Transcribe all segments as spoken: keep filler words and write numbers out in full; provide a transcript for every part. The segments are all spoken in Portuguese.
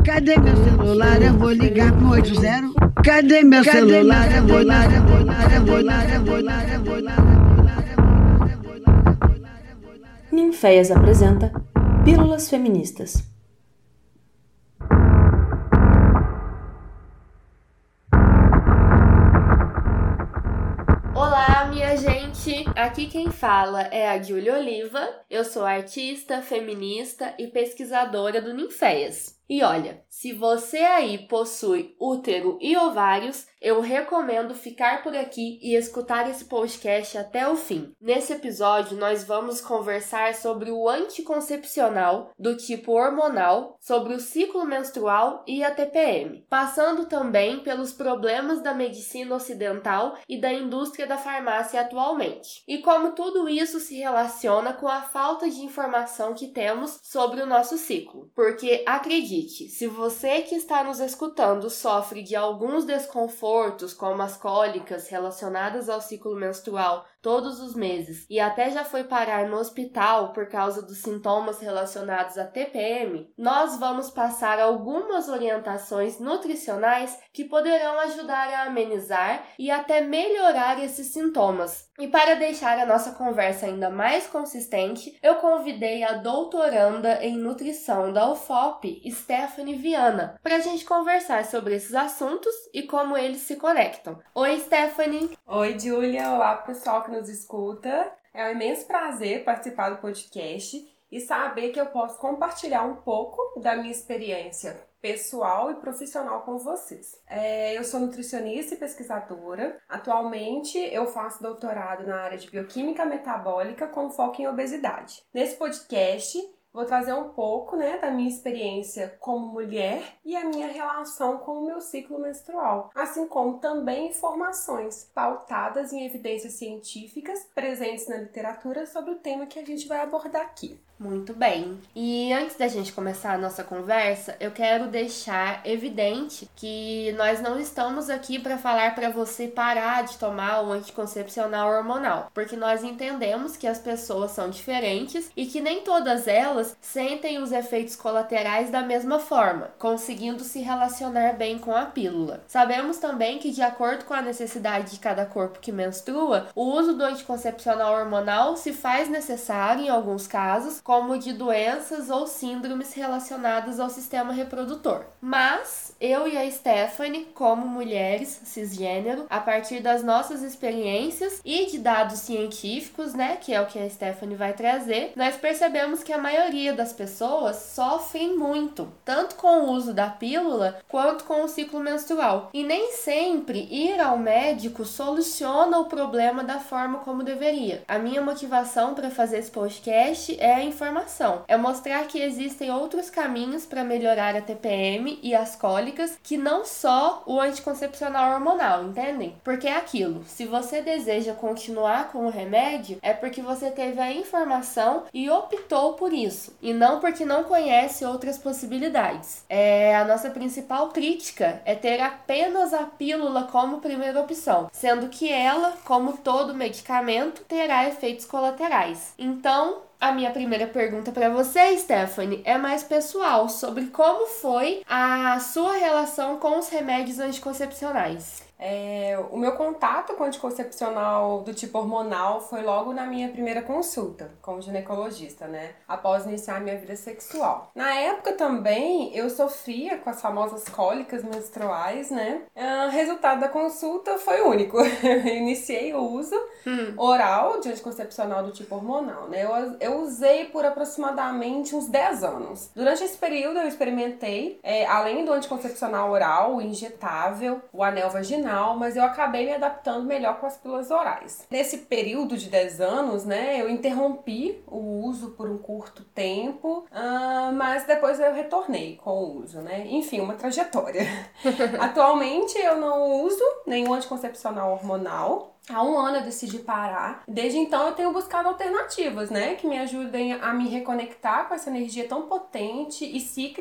Cadê meu celular? Eu vou ligar pro oito zero. Cadê meu celular? Eu vou ligar, eu vou ligar, eu vou ligar, eu vou ligar, eu vou ligar. Ninféias apresenta Pílulas Feministas. Olá, minha gente! Aqui quem fala é a Júlia Oliva. Eu sou artista, feminista e pesquisadora do Ninféias. E olha, se você aí possui útero e ovários, eu recomendo ficar por aqui e escutar esse podcast até o fim. Nesse episódio, nós vamos conversar sobre o anticoncepcional do tipo hormonal, sobre o ciclo menstrual e a T P M, passando também pelos problemas da medicina ocidental e da indústria da farmácia atualmente. E como tudo isso se relaciona com a falta de informação que temos sobre o nosso ciclo. Porque, acredite, se você que está nos escutando sofre de alguns desconfortos, como as cólicas relacionadas ao ciclo menstrual todos os meses, e até já foi parar no hospital por causa dos sintomas relacionados à T P M, nós vamos passar algumas orientações nutricionais que poderão ajudar a amenizar e até melhorar esses sintomas. E para deixar a nossa conversa ainda mais consistente, eu convidei a doutoranda em nutrição da U F O P, Stephanie Viana, para a gente conversar sobre esses assuntos e como eles se conectam. Oi, Stephanie! Oi, Júlia! Olá, pessoal que nos escuta. É um imenso prazer participar do podcast e saber que eu posso compartilhar um pouco da minha experiência pessoal e profissional com vocês. É, eu sou nutricionista e pesquisadora. Atualmente, eu faço doutorado na área de bioquímica metabólica com foco em obesidade. Nesse podcast, vou trazer um pouco, né, da minha experiência como mulher e a minha relação com o meu ciclo menstrual, assim como também informações pautadas em evidências científicas presentes na literatura sobre o tema que a gente vai abordar aqui. Muito bem. E antes da gente começar a nossa conversa, eu quero deixar evidente que nós não estamos aqui para falar para você parar de tomar o anticoncepcional hormonal, porque nós entendemos que as pessoas são diferentes e que nem todas elas sentem os efeitos colaterais da mesma forma, conseguindo se relacionar bem com a pílula. Sabemos também que, de acordo com a necessidade de cada corpo que menstrua, o uso do anticoncepcional hormonal se faz necessário em alguns casos, como de doenças ou síndromes relacionadas ao sistema reprodutor. Mas eu e a Stephanie, como mulheres cisgênero, a partir das nossas experiências e de dados científicos, né, que é o que a Stephanie vai trazer, nós percebemos que a maioria das pessoas sofrem muito, tanto com o uso da pílula quanto com o ciclo menstrual. E nem sempre ir ao médico soluciona o problema da forma como deveria. A minha motivação para fazer esse podcast é a informação, é mostrar que existem outros caminhos para melhorar a T P M e as cólicas que não só o anticoncepcional hormonal, entendem? Porque é aquilo, se você deseja continuar com o remédio, é porque você teve a informação e optou por isso, e não porque não conhece outras possibilidades. É, a nossa principal crítica é ter apenas a pílula como primeira opção, sendo que ela, como todo medicamento, terá efeitos colaterais. Então, a minha primeira pergunta para você, Stephanie, é mais pessoal, sobre como foi a sua relação com os remédios anticoncepcionais. É, o meu contato com o anticoncepcional do tipo hormonal foi logo na minha primeira consulta com o ginecologista, né? Após iniciar minha vida sexual. Na época também eu sofria com as famosas cólicas menstruais, né? O resultado da consulta foi único. Eu iniciei o uso hum. oral de anticoncepcional do tipo hormonal, né? Eu, eu usei por aproximadamente uns dez anos. Durante esse período eu experimentei, é, além do anticoncepcional oral, o injetável, o anel vaginal, mas eu acabei me adaptando melhor com as pílulas orais. Nesse período de dez anos, né, eu interrompi o uso por um curto tempo, uh, mas depois eu retornei com o uso, né? Enfim, uma trajetória. Atualmente eu não uso nenhum anticoncepcional hormonal. Há um ano eu decidi parar. Desde então eu tenho buscado alternativas, né? Que me ajudem a me reconectar com essa energia tão potente e cíclica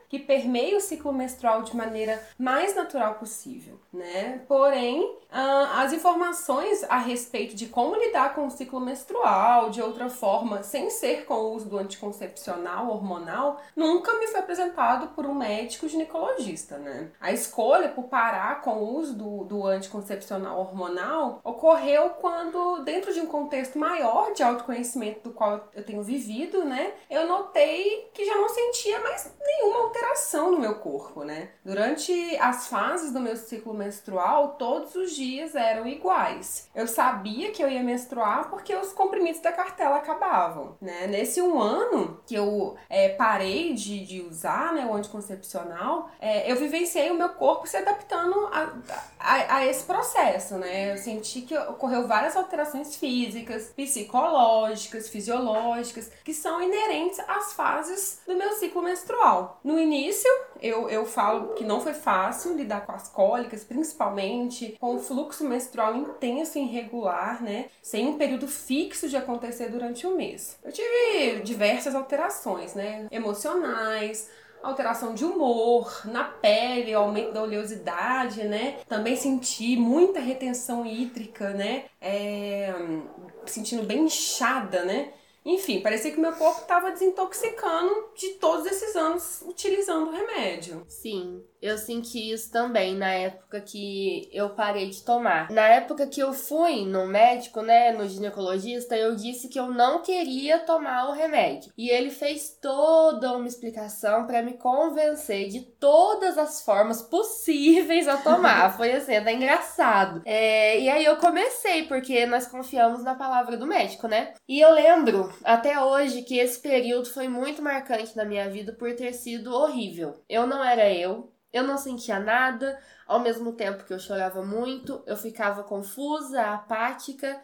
que permeie o ciclo menstrual de maneira mais natural possível, né? Porém, as informações a respeito de como lidar com o ciclo menstrual de outra forma, sem ser com o uso do anticoncepcional hormonal, nunca me foi apresentado por um médico ginecologista, né? A escolha por parar com o uso do, do anticoncepcional hormonal ocorreu quando, dentro de um contexto maior de autoconhecimento do qual eu tenho vivido, né, eu notei que já não sentia mais nenhuma alteração no meu corpo, né? Durante as fases do meu ciclo menstrual, todos os dias eram iguais. Eu sabia que eu ia menstruar porque os comprimidos da cartela acabavam, né? Nesse um ano que eu é, parei de, de usar, né, o anticoncepcional, é, eu vivenciei o meu corpo se adaptando a, a, a esse processo, né? Eu senti que ocorreu várias alterações físicas, psicológicas, fisiológicas, que são inerentes às fases do meu ciclo menstrual. No início, eu, eu falo que não foi fácil lidar com as cólicas, principalmente com o fluxo menstrual intenso e irregular, né? Sem um período fixo de acontecer durante um mês. Eu tive diversas alterações, né? Emocionais, alteração de humor, na pele, aumento da oleosidade, né? Também senti muita retenção hídrica, né? É... Sentindo bem inchada, né? Enfim, parecia que meu corpo estava desintoxicando de todos esses anos utilizando o remédio. Sim, eu senti isso também na época que eu parei de tomar. Na época que eu fui no médico, né, no ginecologista, eu disse que eu não queria tomar o remédio. E ele fez toda uma explicação para me convencer de todas as formas possíveis a tomar. Foi assim, até engraçado. É, e aí eu comecei, porque nós confiamos na palavra do médico, né? E eu lembro até hoje que esse período foi muito marcante na minha vida por ter sido horrível. Eu não era eu. Eu não sentia nada, ao mesmo tempo que eu chorava muito, eu ficava confusa, apática,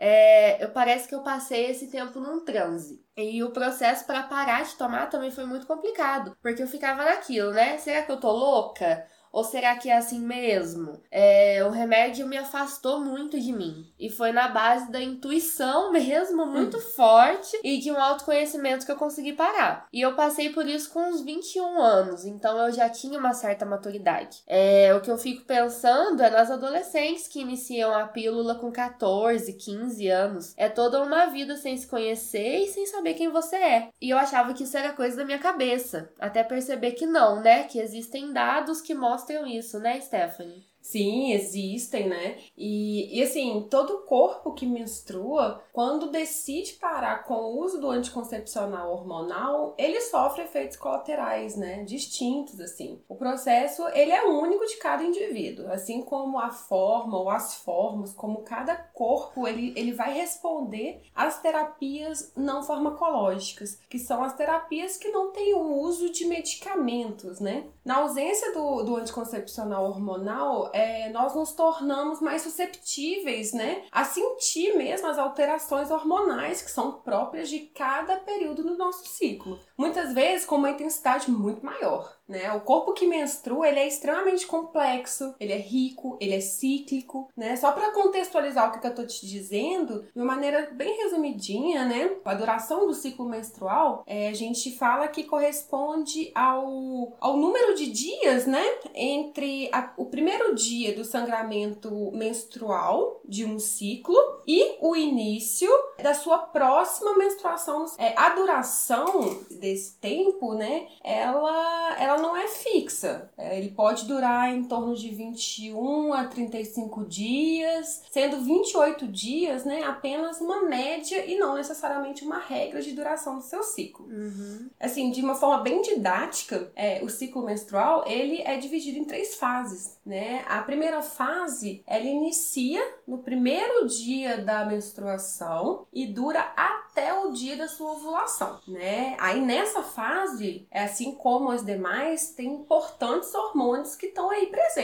é, eu parece que eu passei esse tempo num transe. E o processo para parar de tomar também foi muito complicado, porque eu ficava naquilo, né? Será que eu tô louca? Ou será que é assim mesmo? É, o remédio me afastou muito de mim. E foi na base da intuição mesmo, muito hum. forte, e de um autoconhecimento que eu consegui parar. E eu passei por isso com uns vinte e um anos, então eu já tinha uma certa maturidade. É, o que eu fico pensando é nas adolescentes que iniciam a pílula com catorze, quinze anos. É toda uma vida sem se conhecer e sem saber quem você é. E eu achava que isso era coisa da minha cabeça. Até perceber que não, né? Que existem dados que mostram isso, né, Stephanie? Sim, existem, né? E, e assim, todo corpo que menstrua, quando decide parar com o uso do anticoncepcional hormonal, ele sofre efeitos colaterais, né? Distintos, assim. O processo, ele é único de cada indivíduo. Assim como a forma ou as formas, como cada corpo, ele, ele vai responder às terapias não farmacológicas, que são as terapias que não têm o uso de medicamentos, né? Na ausência do, do anticoncepcional hormonal, É, nós nos tornamos mais susceptíveis, né, a sentir mesmo as alterações hormonais que são próprias de cada período do nosso ciclo. Muitas vezes com uma intensidade muito maior, né? O corpo que menstrua, ele é extremamente complexo, ele é rico, ele é cíclico, né? Só para contextualizar o que, que eu tô te dizendo, de uma maneira bem resumidinha, né? A duração do ciclo menstrual, é, a gente fala que corresponde ao, ao número de dias, né, entre a, o primeiro dia dia do sangramento menstrual de um ciclo e o início da sua próxima menstruação. É, a duração desse tempo, né, ela, ela não é fixa. É, ele pode durar em torno de vinte e um a trinta e cinco dias, sendo vinte e oito dias, né, apenas uma média e não necessariamente uma regra de duração do seu ciclo. Uhum. Assim, de uma forma bem didática, é, o ciclo menstrual, ele é dividido em três fases, né? A primeira fase, ela inicia no primeiro dia da menstruação e dura até o dia da sua ovulação, né? Aí nessa fase, assim como as demais, tem importantes hormônios que estão aí presentes.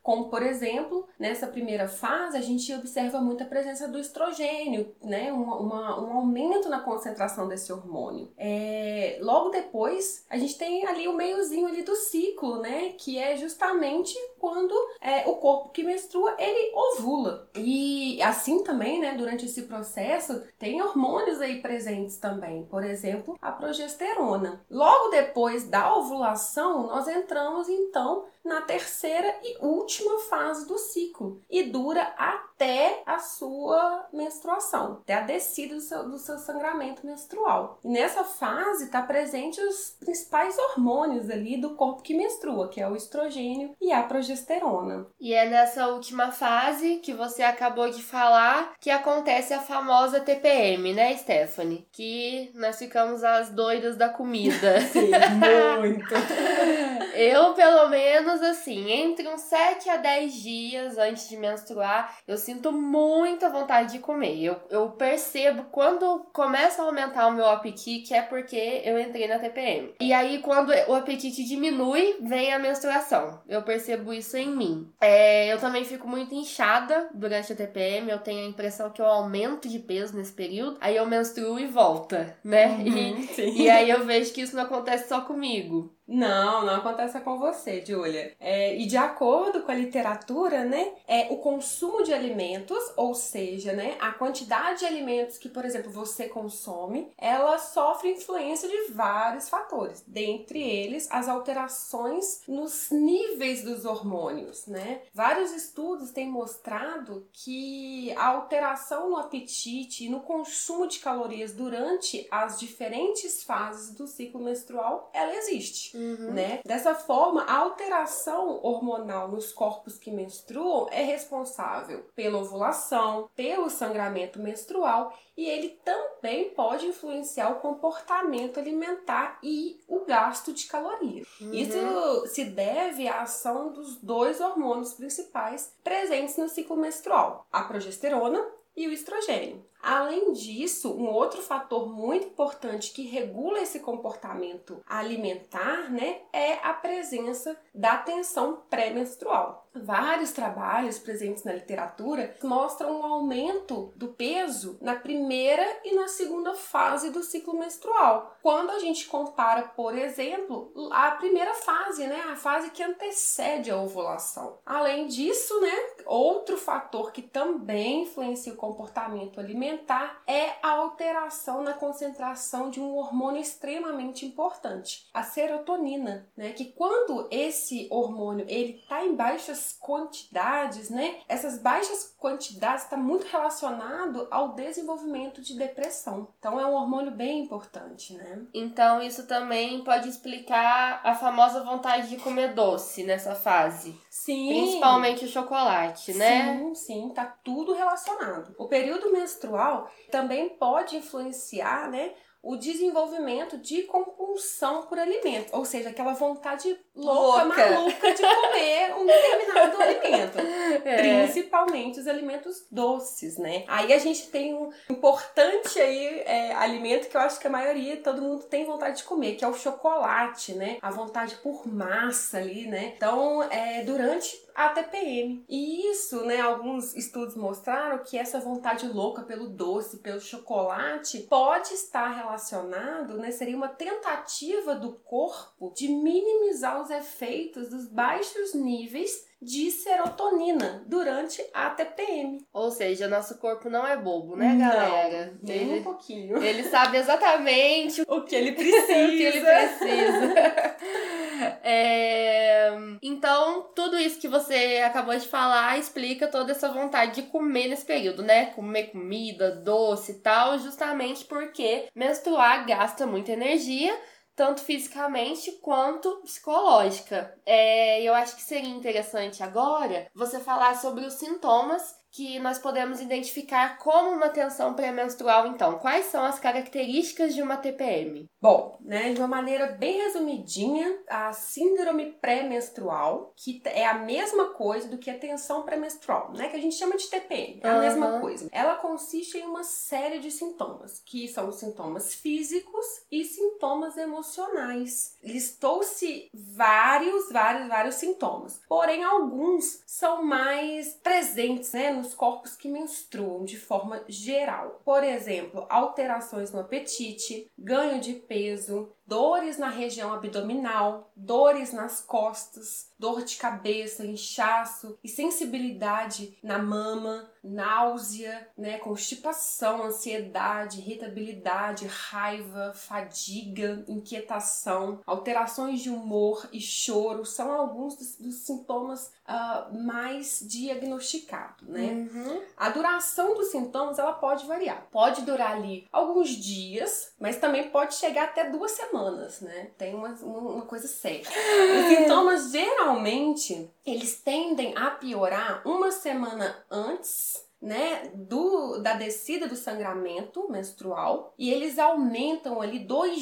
Como, por exemplo, nessa primeira fase, a gente observa muito a presença do estrogênio, né? Uma, uma, um aumento na concentração desse hormônio. É, logo depois, a gente tem ali o meiozinho ali do ciclo, né? Que é justamente quando é, o corpo que menstrua, ele ovula. E assim também, né? Durante esse processo, tem hormônios aí presentes também. Por exemplo, a progesterona. Logo depois da ovulação, nós entramos então na terceira e última fase do ciclo e dura até a sua menstruação, até a descida do seu, do seu sangramento menstrual. E nessa fase está presente os principais hormônios ali do corpo que menstrua, que é o estrogênio e a progesterona. E é nessa última fase que você acabou de falar que acontece a famosa T P M, né, Stephanie? Que nós ficamos as doidas da comida. Sim, muito! Eu, pelo menos, assim, entre uns sete a dez dias antes de menstruar, eu sinto muita vontade de comer. Eu, eu percebo quando começa a aumentar o meu apetite, é porque eu entrei na T P M. E aí, quando o apetite diminui, vem a menstruação. Eu percebo isso em mim. É, eu também fico muito inchada durante a T P M, eu tenho a impressão que eu aumento de peso nesse período, aí eu menstruo e volta, né? Uhum, e, e aí eu vejo que isso não acontece só comigo. Não, não acontece com você, Júlia. É, e de acordo com a literatura, né, é, o consumo de alimentos, ou seja, né, a quantidade de alimentos que, por exemplo, você consome, ela sofre influência de vários fatores, dentre eles as alterações nos níveis dos hormônios, né? Vários estudos têm mostrado que a alteração no apetite e no consumo de calorias durante as diferentes fases do ciclo menstrual, ela existe. Uhum. Né? Dessa forma, a alteração hormonal nos corpos que menstruam é responsável pela ovulação, pelo sangramento menstrual e ele também pode influenciar o comportamento alimentar e o gasto de calorias. Uhum. Isso se deve à ação dos dois hormônios principais presentes no ciclo menstrual, a progesterona e o estrogênio. Além disso, um outro fator muito importante que regula esse comportamento alimentar, né, é a presença da tensão pré-menstrual. Vários trabalhos presentes na literatura mostram um aumento do peso na primeira e na segunda fase do ciclo menstrual. Quando a gente compara, por exemplo, a primeira fase, né, a fase que antecede a ovulação. Além disso, né, outro fator que também influencia o comportamento alimentar é a alteração na concentração de um hormônio extremamente importante, a serotonina, né? Que quando esse hormônio ele está em baixas quantidades, né? Essas baixas quantidades está muito relacionado ao desenvolvimento de depressão. Então é um hormônio bem importante, né? Então isso também pode explicar a famosa vontade de comer doce nessa fase. Sim. Principalmente o chocolate, né? Sim, sim, tá tudo relacionado. O período menstrual também pode influenciar, né, o desenvolvimento de compulsão por alimento, ou seja, aquela vontade louca, Louca. maluca de comer um determinado alimento, É. principalmente os alimentos doces, né? Aí a gente tem um importante aí é, alimento que eu acho que a maioria, todo mundo tem vontade de comer, que é o chocolate, né? A vontade por massa ali, né? Então, é, durante a T P M. E isso, né, alguns estudos mostraram que essa vontade louca pelo doce, pelo chocolate, pode estar relacionado, né, seria uma tentativa do corpo de minimizar os efeitos dos baixos níveis de serotonina durante a T P M. Ou seja, nosso corpo não é bobo, né, Não, galera? nem Ele, um pouquinho. ele sabe exatamente O que ele o precisa. que ele precisa. É, então, tudo isso que você acabou de falar explica toda essa vontade de comer nesse período, né? Comer comida, doce e tal, justamente porque menstruar gasta muita energia, tanto fisicamente quanto psicológica. É, eu acho que seria interessante agora você falar sobre os sintomas que nós podemos identificar como uma tensão pré-menstrual, então? Quais são as características de uma T P M? Bom, né, de uma maneira bem resumidinha, a síndrome pré-menstrual, que é a mesma coisa do que a tensão pré-menstrual, né, que a gente chama de T P M, é a Uhum. mesma coisa. Ela consiste em uma série de sintomas, que são sintomas físicos e sintomas emocionais. Listou-se vários, vários, vários sintomas, porém alguns são mais presentes, né, nos corpos que menstruam de forma geral. Por exemplo, alterações no apetite, ganho de peso, dores na região abdominal, dores nas costas, dor de cabeça, inchaço e sensibilidade na mama, náusea, né, constipação, ansiedade, irritabilidade, raiva, fadiga, inquietação, alterações de humor e choro são alguns dos, dos sintomas uh, mais diagnosticados, né? Uhum. A duração dos sintomas ela pode variar, pode durar ali alguns dias, mas também pode chegar até duas semanas, né? Tem uma, uma coisa séria. Os sintomas geralmente eles tendem a piorar uma semana antes, né, do, da descida do sangramento menstrual, e eles aumentam ali dois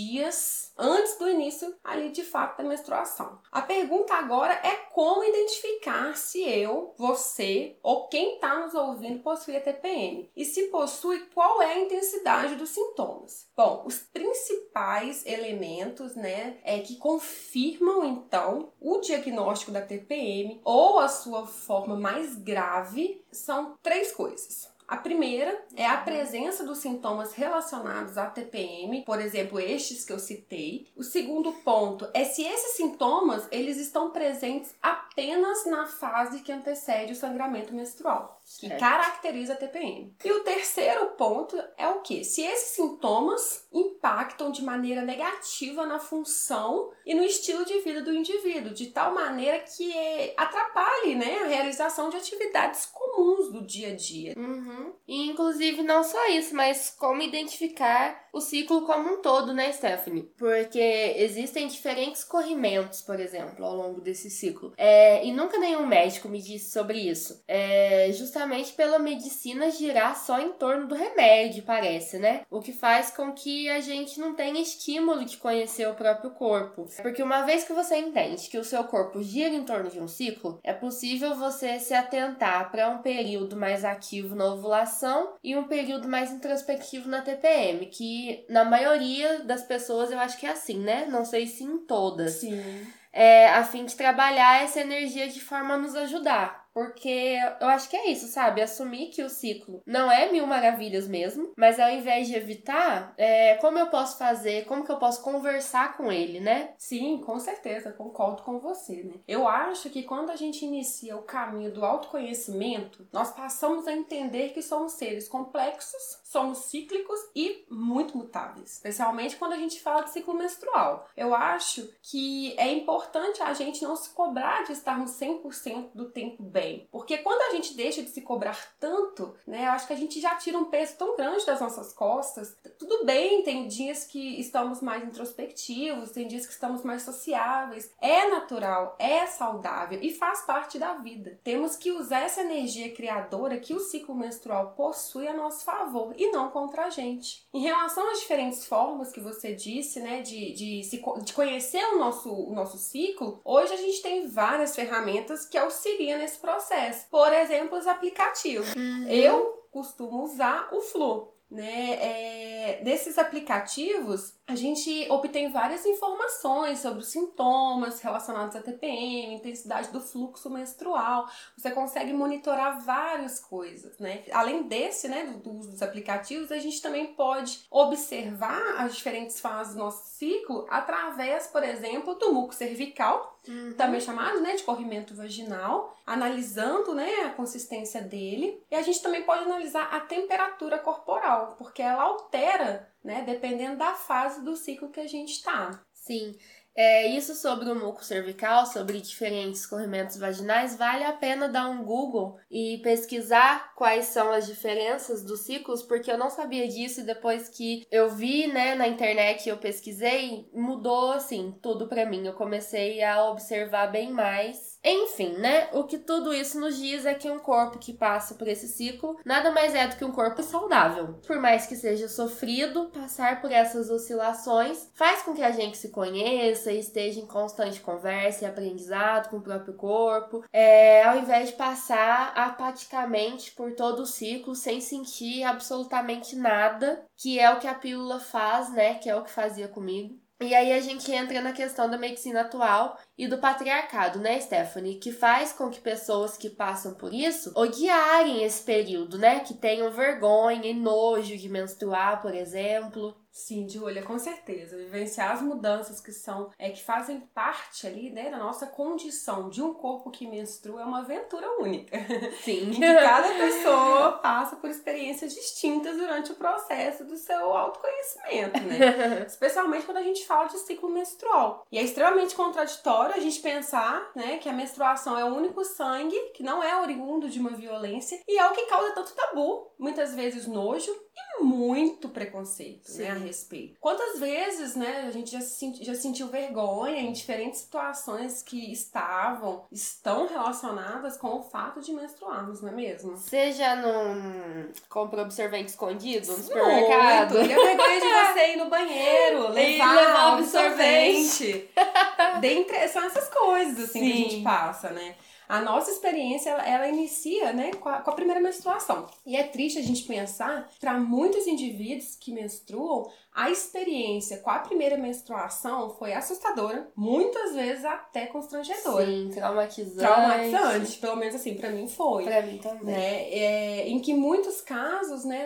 dias antes do início ali de fato da menstruação. A pergunta agora é como identificar se eu, você ou quem está nos ouvindo possui a T P M, e se possui, qual é a intensidade dos sintomas. Bom, os principais elementos, né, é que confirmam então o diagnóstico da T P M ou a sua forma mais grave são três coisas. A primeira é a presença dos sintomas relacionados à T P M, por exemplo, estes que eu citei. O segundo ponto é se esses sintomas eles estão presentes apenas na fase que antecede o sangramento menstrual, que Certo. caracteriza a T P M. E o terceiro ponto é o quê? Se esses sintomas impactam de maneira negativa na função e no estilo de vida do indivíduo, de tal maneira que atrapalhe, né, a realização de atividades comuns do dia a dia. Uhum. E inclusive não só isso, mas como identificar o ciclo como um todo, né, Stephanie? Porque existem diferentes corrimentos, por exemplo, ao longo desse ciclo. É, e nunca nenhum médico me disse sobre isso. É, justamente pela medicina girar só em torno do remédio, parece, né? O que faz com que a gente não tenha estímulo de conhecer o próprio corpo. Porque uma vez que você entende que o seu corpo gira em torno de um ciclo, é possível você se atentar para um período mais ativo na ovulação e um período mais introspectivo na T P M, que na maioria das pessoas eu acho que é assim, né? Não sei se em todas. Sim. É, a fim de trabalhar essa energia de forma a nos ajudar. Porque eu acho que é isso, sabe? Assumir que o ciclo não é mil maravilhas mesmo, mas ao invés de evitar, é, como eu posso fazer, como que eu posso conversar com ele, né? Sim, com certeza, concordo com você, né? Eu acho que quando a gente inicia o caminho do autoconhecimento, nós passamos a entender que somos seres complexos, somos cíclicos e muito mutáveis. Especialmente quando a gente fala de ciclo menstrual. Eu acho que é importante a gente não se cobrar de estarmos cem por cento do tempo bem. Porque quando a gente deixa de se cobrar tanto, né, eu acho que a gente já tira um peso tão grande das nossas costas. Tudo bem, tem dias que estamos mais introspectivos, tem dias que estamos mais sociáveis. É natural, é saudável e faz parte da vida. Temos que usar essa energia criadora que o ciclo menstrual possui a nosso favor e não contra a gente. Em relação às diferentes formas que você disse, né, de, de, se, de conhecer o nosso, o nosso ciclo, hoje a gente tem várias ferramentas que auxiliam nesse processo. Por exemplo, os aplicativos. Uhum. Eu costumo usar o Flu. Né? É, desses aplicativos, a gente obtém várias informações sobre os sintomas relacionados à T P M, intensidade do fluxo menstrual. Você consegue monitorar várias coisas, né? Além desse, né, do uso dos aplicativos, a gente também pode observar as diferentes fases do nosso ciclo através, por exemplo, do muco cervical, uhum. também chamado, né, de corrimento vaginal, analisando, né, a consistência dele. E a gente também pode analisar a temperatura corporal, porque ela altera, né, dependendo da fase do ciclo que a gente está. Sim. É, isso sobre o muco cervical, sobre diferentes escorrimentos vaginais, vale a pena dar um Google e pesquisar quais são as diferenças dos ciclos, porque eu não sabia disso e depois que eu vi, né, na internet e eu pesquisei, mudou, assim, tudo pra mim. Eu comecei a observar bem mais. Enfim, né, o que tudo isso nos diz é que um corpo que passa por esse ciclo nada mais é do que um corpo saudável. Por mais que seja sofrido, passar por essas oscilações faz com que a gente se conheça e esteja em constante conversa e aprendizado com o próprio corpo, é, ao invés de passar apaticamente por todo o ciclo sem sentir absolutamente nada, que é o que a pílula faz, né, que é o que fazia comigo. E aí a gente entra na questão da medicina atual e do patriarcado, né, Stephanie? Que faz com que pessoas que passam por isso odiarem esse período, né? Que tenham vergonha e nojo de menstruar, por exemplo. Sim, Júlia, com certeza. Vivenciar as mudanças que são, é, que fazem parte ali, né, da nossa condição de um corpo que menstrua é uma aventura única. Sim. Em que cada pessoa passa por experiências distintas durante o processo do seu autoconhecimento, né? Especialmente quando a gente fala de ciclo menstrual. E é extremamente contraditório a gente pensar, né, que a menstruação é o único sangue que não é oriundo de uma violência e é o que causa tanto tabu, muitas vezes nojo e muito preconceito, né, a respeito. Quantas vezes, né, a gente já, senti, já sentiu vergonha em diferentes situações que estavam, estão relacionadas com o fato de menstruarmos, não é mesmo? Você já não comprou absorvente escondido no supermercado? Muito. E a vergonha de você ir no banheiro, levar, levar absorvente. Dentre, são essas coisas, assim, Sim. que a gente passa, né? A nossa experiência, ela, ela inicia, né, com a, com a primeira menstruação. E é triste a gente pensar, para muitos indivíduos que menstruam, a experiência com a primeira menstruação foi assustadora, muitas vezes até constrangedora. Sim, traumatizante. Traumatizante, pelo menos assim, pra mim foi. Pra mim também. Né? É, em que muitos casos, né,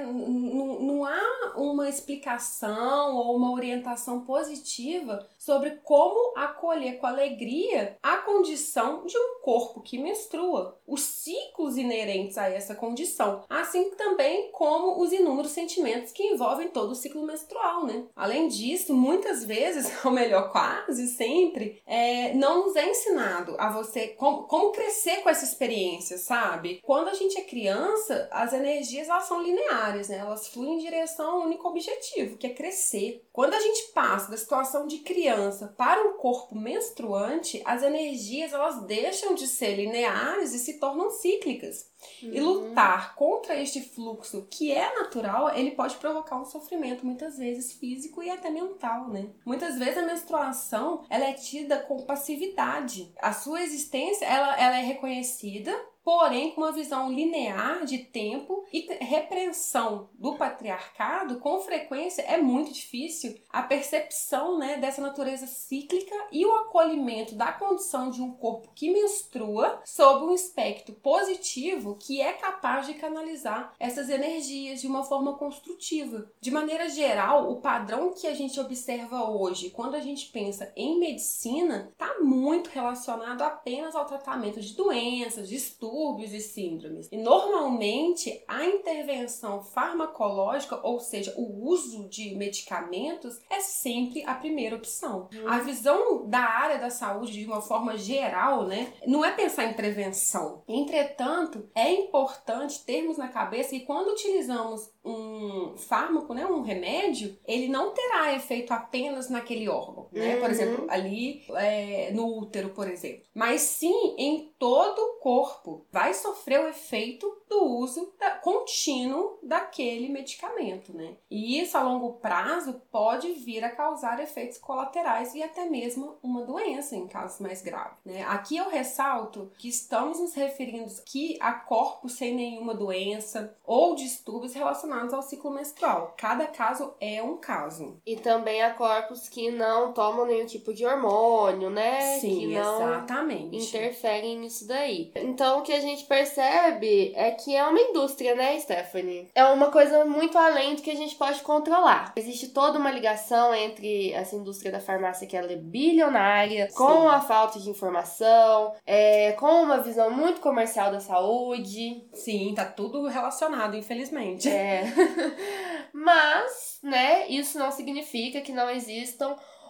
não há uma explicação ou uma orientação positiva sobre como acolher com alegria a condição de um corpo que menstrua, os ciclos inerentes a essa condição, assim também como os inúmeros sentimentos que envolvem todo o ciclo menstrual, né? Além disso, muitas vezes, ou melhor, quase sempre, é, não nos é ensinado a você como, como crescer com essa experiência, sabe? Quando a gente é criança, as energias elas são lineares, né? Elas fluem em direção a um único objetivo, que é crescer. Quando a gente passa da situação de criança para um corpo menstruante, as energias elas deixam de ser lineares e se tornam cíclicas. Uhum. E lutar contra este fluxo que é natural, ele pode provocar um sofrimento, muitas vezes físico e até mental, né? Muitas vezes a menstruação, ela é tida com passividade. A sua existência, ela, ela é reconhecida, porém com uma visão linear de tempo e repreensão do patriarcado, com frequência é muito difícil a percepção, né, dessa natureza cíclica e o acolhimento da condição de um corpo que menstrua sob um aspecto positivo que é capaz de canalizar essas energias de uma forma construtiva. De maneira geral, o padrão que a gente observa hoje, quando a gente pensa em medicina, está muito relacionado apenas ao tratamento de doenças, de estudos, distúrbios e síndromes. E normalmente a intervenção farmacológica, ou seja, o uso de medicamentos, é sempre a primeira opção. Hum. A visão da área da saúde de uma forma geral, né, não é pensar em prevenção. Entretanto, é importante termos na cabeça que quando utilizamos um fármaco, né, um remédio, ele não terá efeito apenas naquele órgão, né? Uhum. Por exemplo, ali é, no útero, por exemplo. Mas sim em todo o corpo. Vai sofrer o efeito do uso da, contínuo daquele medicamento, né? E isso a longo prazo pode vir a causar efeitos colaterais e até mesmo uma doença em casos mais graves, né? Aqui eu ressalto que estamos nos referindo aqui a corpos sem nenhuma doença ou distúrbios relacionados ao ciclo menstrual. Cada caso é um caso. E também há corpos que não tomam nenhum tipo de hormônio, né? Sim, que não exatamente. interferem nisso daí. Então, o que a gente percebe é que é uma indústria, né, Stephanie? É uma coisa muito além do que a gente pode controlar. Existe toda uma ligação entre essa indústria da farmácia, que ela é bilionária, Sim. com a falta de informação, é, com uma visão muito comercial da saúde. Sim, tá tudo relacionado, infelizmente. É. Mas, né, isso não significa que não existam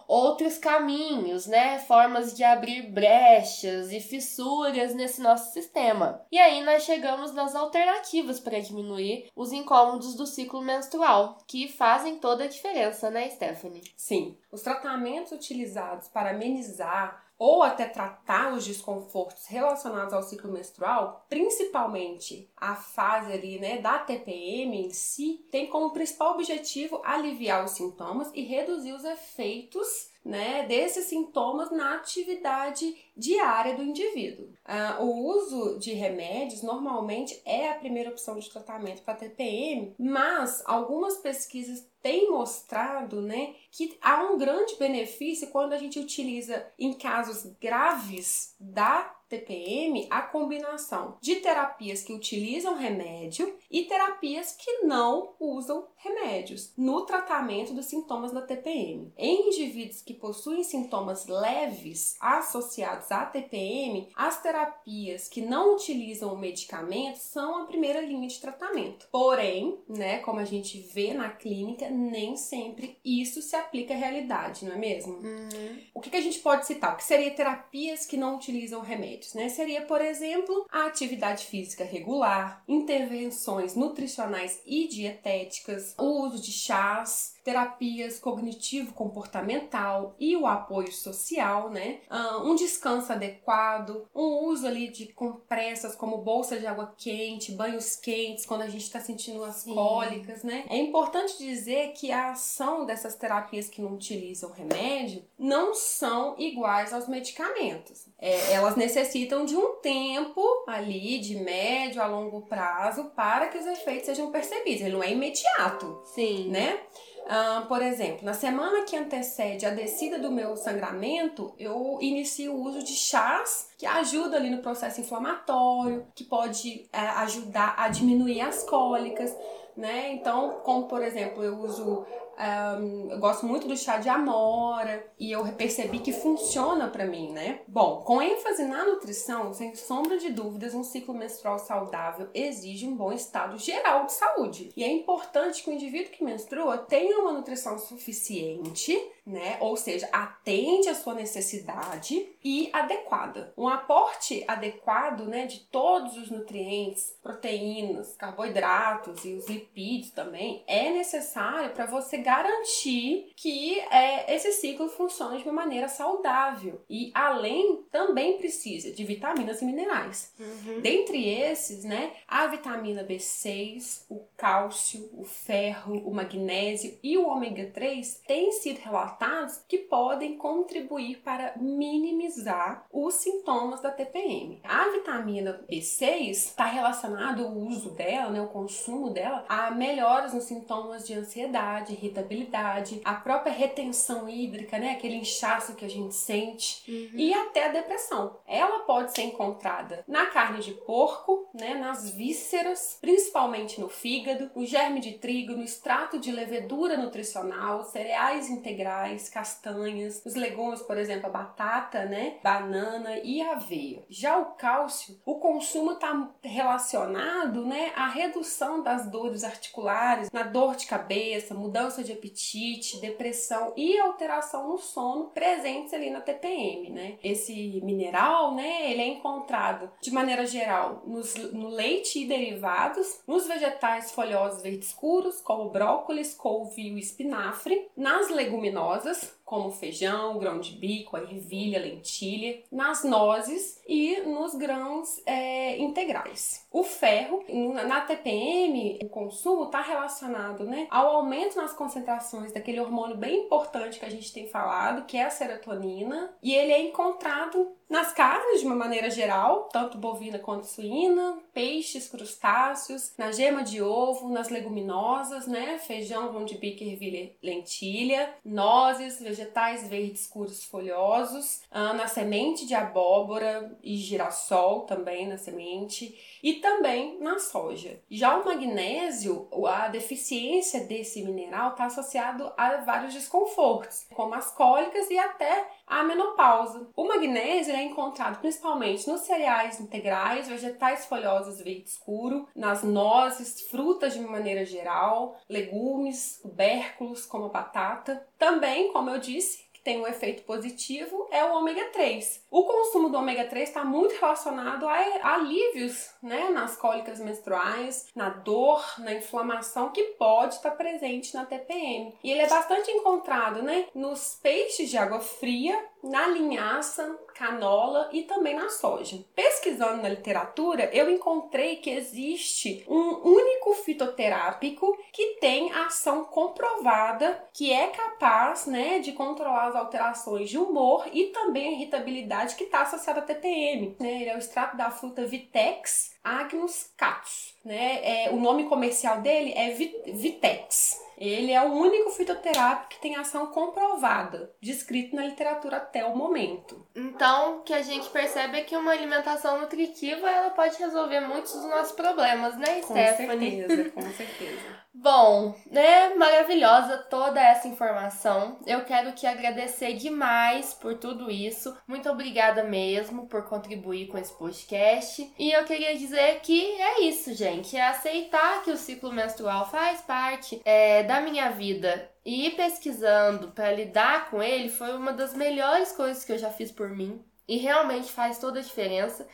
outros caminhos, né? Formas de abrir brechas e fissuras nesse nosso sistema. E aí nós chegamos nas alternativas para diminuir os incômodos do ciclo menstrual, que fazem toda a diferença, né, Stephanie? Sim, os tratamentos utilizados para amenizar ou até tratar os desconfortos relacionados ao ciclo menstrual, principalmente a fase ali, né, da T P M em si, tem como principal objetivo aliviar os sintomas e reduzir os efeitos, né, desses sintomas na atividade diária do indivíduo. Ah, o uso de remédios normalmente é a primeira opção de tratamento para T P M, mas algumas pesquisas têm mostrado, né, que há um grande benefício quando a gente utiliza em casos graves da T P M a combinação de terapias que utilizam remédio e terapias que não usam remédios no tratamento dos sintomas da T P M. Em indivíduos que possuem sintomas leves associados à T P M, as terapias que não utilizam o medicamento são a primeira linha de tratamento. Porém, né, como a gente vê na clínica, nem sempre isso se aplica à realidade, não é mesmo? Uhum. O que, que a gente pode citar? O que seria terapias que não utilizam remédios? Né? Seria, por exemplo, a atividade física regular, intervenções nutricionais e dietéticas, o uso de chás, terapias cognitivo-comportamental e o apoio social, né? Um descanso adequado, um uso ali de compressas como bolsa de água quente, banhos quentes quando a gente está sentindo as Sim. cólicas, né? É importante dizer que a ação dessas terapias que não utilizam remédio não são iguais aos medicamentos. É, elas necessitam de um tempo ali, de médio a longo prazo, para que os efeitos sejam percebidos. Ele não é imediato, Sim. né? Uh, por exemplo, na semana que antecede a descida do meu sangramento, eu inicio o uso de chás que ajudam ali no processo inflamatório, que pode uh, ajudar a diminuir as cólicas, né? Então, como por exemplo, eu uso Um, eu gosto muito do chá de amora e eu percebi que funciona pra mim, né? Bom, com ênfase na nutrição, sem sombra de dúvidas, um ciclo menstrual saudável exige um bom estado geral de saúde. E é importante que o indivíduo que menstrua tenha uma nutrição suficiente, né? Ou seja, atende à sua necessidade e adequada. Um aporte adequado, né, de todos os nutrientes, proteínas, carboidratos e os lipídios também é necessário para você garantir que é, esse ciclo funcione de uma maneira saudável. E além, também precisa de vitaminas e minerais. Uhum. Dentre esses, né, a vitamina B seis, o cálcio, o ferro, o magnésio e o ômega três têm sido relatados que podem contribuir para minimizar os sintomas da T P M. A vitamina B seis está relacionado o uso dela, né, o consumo dela, a melhoras nos sintomas de ansiedade, irritabilidade, a própria retenção hídrica, né, aquele inchaço que a gente sente, uhum. e até a depressão. Ela pode ser encontrada na carne de porco, né, nas vísceras, principalmente no fígado, no germe de trigo, no extrato de levedura nutricional, cereais integrais, castanhas, os legumes, por exemplo, a batata, né, banana e aveia. Já o cálcio, o consumo está relacionado, né, à redução das dores articulares, na dor de cabeça, mudança de apetite, depressão e alteração no sono presentes ali na T P M, né? Esse mineral, né, ele é encontrado de maneira geral nos, no leite e derivados, nos vegetais folhosos verdes escuros, como brócolis, couve e o espinafre, nas leguminosas, como feijão, grão de bico, a ervilha, lentilha, nas nozes e nos grãos é, integrais. O ferro, na T P M, o consumo está relacionado, né, ao aumento nas concentrações daquele hormônio bem importante que a gente tem falado, que é a serotonina, e ele é encontrado nas carnes de uma maneira geral, tanto bovina quanto suína, peixes, crustáceos, na gema de ovo, nas leguminosas, né, feijão, grão de bico, ervilha, lentilha, nozes, vegetais verdes escuros folhosos, na semente de abóbora e girassol também na semente, e também na soja. Já o magnésio, a deficiência desse mineral está associado a vários desconfortos, como as cólicas e até a menopausa. O magnésio é encontrado principalmente nos cereais integrais, vegetais folhosos verde escuro, nas nozes, frutas de uma maneira geral, legumes, tubérculos como a batata. Também, como eu disse, tem um efeito positivo é o ômega três. O consumo do ômega três está muito relacionado a alívios, né, nas cólicas menstruais, na dor, na inflamação que pode estar presente na T P M. E ele é bastante encontrado, né, nos peixes de água fria, na linhaça, canola e também na soja. Pesquisando na literatura, eu encontrei que existe um único fitoterápico que tem ação comprovada, que é capaz, né, de controlar as alterações de humor e também a irritabilidade que está associada à T P M. Né? Ele é o extrato da fruta Vitex agnus catus. Né? É, o nome comercial dele é Vitex. Ele é o único fitoterápico que tem ação comprovada, descrito na literatura até o momento. Então, o que a gente percebe é que uma alimentação nutritiva ela pode resolver muitos dos nossos problemas, né, Stephanie? Com certeza, com certeza. Bom, né, maravilhosa toda essa informação. Eu quero te agradecer demais por tudo isso. Muito obrigada mesmo por contribuir com esse podcast. E eu queria dizer que é isso, gente. É aceitar que o ciclo menstrual faz parte é, da minha vida. E ir pesquisando para lidar com ele foi uma das melhores coisas que eu já fiz por mim. E realmente faz toda a diferença.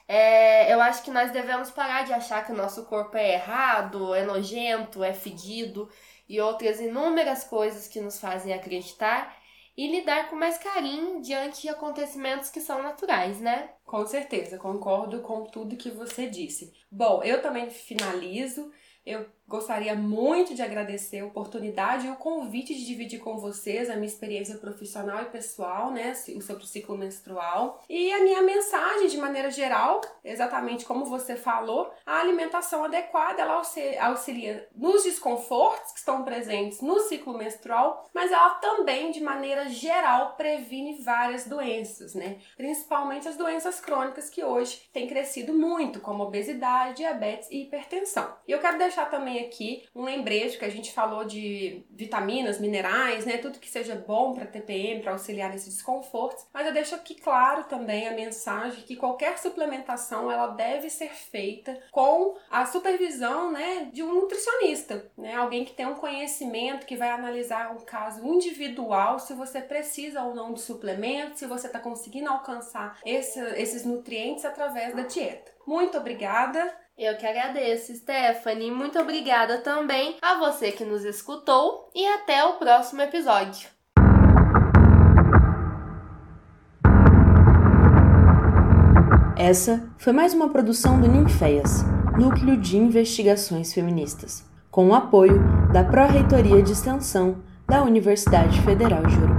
É, eu acho que nós devemos parar de achar que o nosso corpo é errado, é nojento, é fedido e outras inúmeras coisas que nos fazem acreditar e lidar com mais carinho diante de acontecimentos que são naturais, né? Com certeza, concordo com tudo que você disse. Bom, eu também finalizo. Eu gostaria muito de agradecer a oportunidade e o convite de dividir com vocês a minha experiência profissional e pessoal, né, sobre o ciclo menstrual. E a minha mensagem, de maneira geral, exatamente como você falou, a alimentação adequada, ela auxilia nos desconfortos que estão presentes no ciclo menstrual, mas ela também, de maneira geral, previne várias doenças, né, principalmente as doenças crônicas que hoje têm crescido muito, como obesidade, diabetes e hipertensão. E eu quero deixar também aqui um lembrete que a gente falou de vitaminas, minerais, né, tudo que seja bom para T P M, para auxiliar nesses desconfortos, mas eu deixo aqui claro também a mensagem que qualquer suplementação ela deve ser feita com a supervisão, né, de um nutricionista, né, alguém que tem um conhecimento, que vai analisar um caso individual, se você precisa ou não de suplemento, se você está conseguindo alcançar esse, esses nutrientes através da dieta. Muito obrigada! Eu que agradeço, Stephanie. Muito obrigada também a você que nos escutou e até o próximo episódio. Essa foi mais uma produção do Ninféias, Núcleo de Investigações Feministas, com o apoio da Pró-Reitoria de Extensão da Universidade Federal de Ouro Preto.